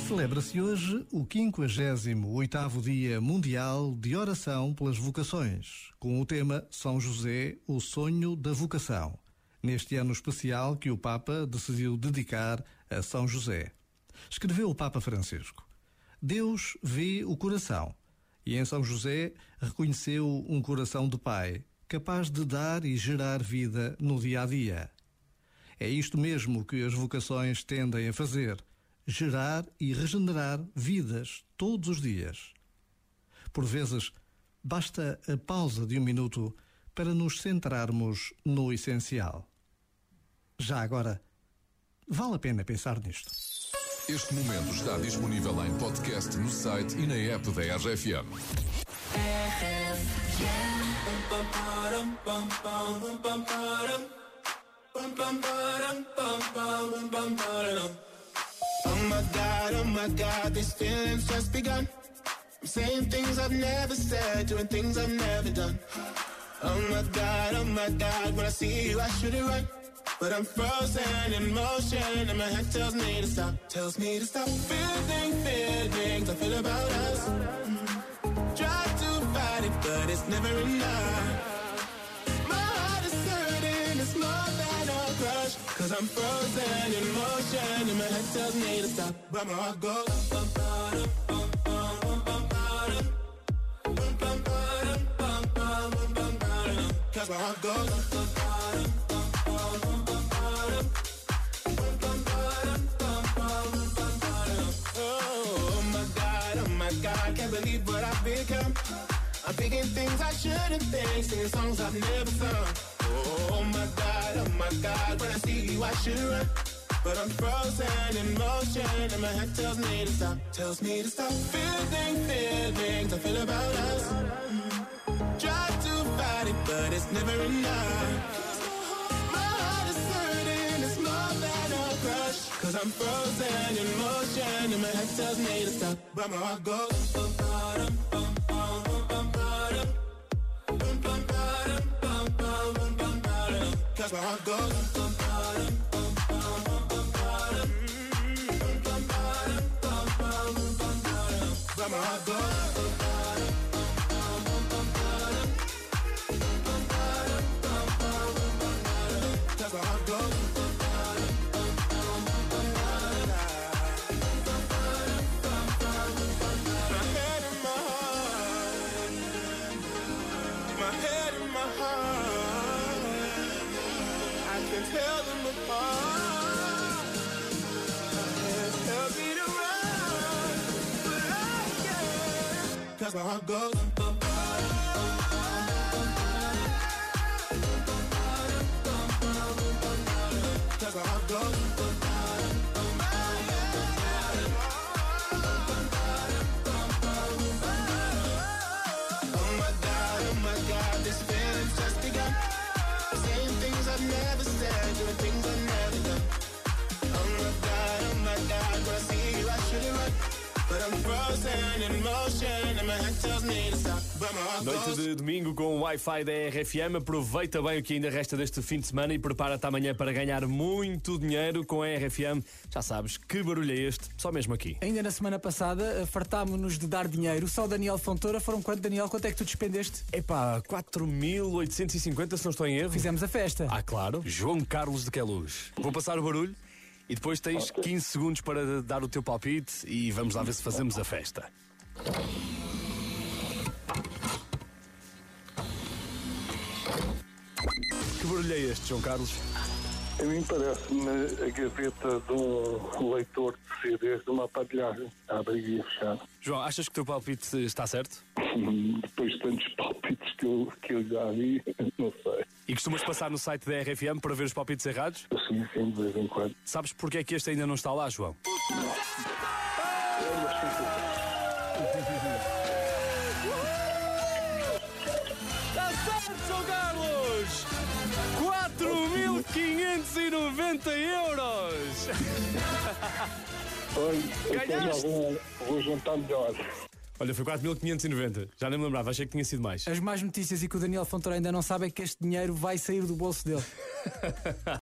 Celebra-se hoje o 58º Dia Mundial de Oração pelas Vocações, com o tema São José, o sonho da vocação, neste ano especial que o Papa decidiu dedicar a São José. Escreveu o Papa Francisco: Deus vê o coração, e em São José reconheceu um coração de pai, capaz de dar e gerar vida no dia-a-dia. É isto mesmo que as vocações tendem a fazer: gerar e regenerar vidas todos os dias. Por vezes, basta a pausa de um minuto para nos centrarmos no essencial. Já agora, vale a pena pensar nisto. Este momento está disponível em podcast no site e na app da RFM. Oh my God, these feelings just begun. I'm saying things I've never said, doing things I've never done. Oh my God, when I see you I should it right. But I'm frozen in motion and my head tells me to stop. Tells me to stop feeling feelings I feel about us. Try to fight it, but it's never enough. My heart is hurting, it's more than a crush. Cause I'm frozen in motion and my head tells me to stop. But my heart goes cause my heart goes oh my God, can't believe what I've become. I'm thinking things I shouldn't think, singing songs I've never sung. Oh my God, when I see you I should run. But I'm frozen in motion and my head tells me to stop. Tells me to stop feeling feelings I feel about us. Try to fight it, but it's never enough. My heart is hurting, it's more than a crush. Cause I'm frozen in motion and my head tells me to stop. But my heart goes cause my heart goes but my heart goes cause my heart goes my head and my heart, my head and my heart, I can tell them apart. My hands tell me to run, but I can't, cause my heart goes cause my heart goes oh my God, this feeling's just begun. Saying things I've never said, doing things I've never done. Oh my God, when I see you I should it right. But I'm frozen in motion and my head tells me to stop. But my heart Noite goes de domingo com o Wi-Fi da RFM. Aproveita bem o que ainda resta deste fim de semana e prepara-te amanhã para ganhar muito dinheiro com a RFM. Já sabes, que barulho é este? Só mesmo aqui. Ainda na semana passada fartámos-nos de dar dinheiro. Só o Daniel Fontoura foram quanto, Daniel? Quanto é que tu despendeste? Epá, 4.850 se não estou em erro. Fizemos a festa. Ah, claro. João Carlos de Queluz. Vou passar o barulho e depois tens 15 segundos para dar o teu palpite e vamos lá ver se fazemos a festa. Que barulho é este, João Carlos? A mim parece-me a gaveta de um leitor de CDs de uma aparelhagem a abrir e a fechar. João, achas que o teu palpite está certo? Depois de tantos palpites que eu já vi, não sei. E costumas passar no site da RFM para ver os palpites errados? Sim, de vez em quando. Sabes porque é que este ainda não está lá, João? Está certo, João Carlos! 4.590 euros! Olha, Ganhaste! Vou juntar melhor. Olha, foi 4.590. Já nem me lembrava, achei que tinha sido mais. As más notícias e que o Daniel Fontoura ainda não sabe é que este dinheiro vai sair do bolso dele.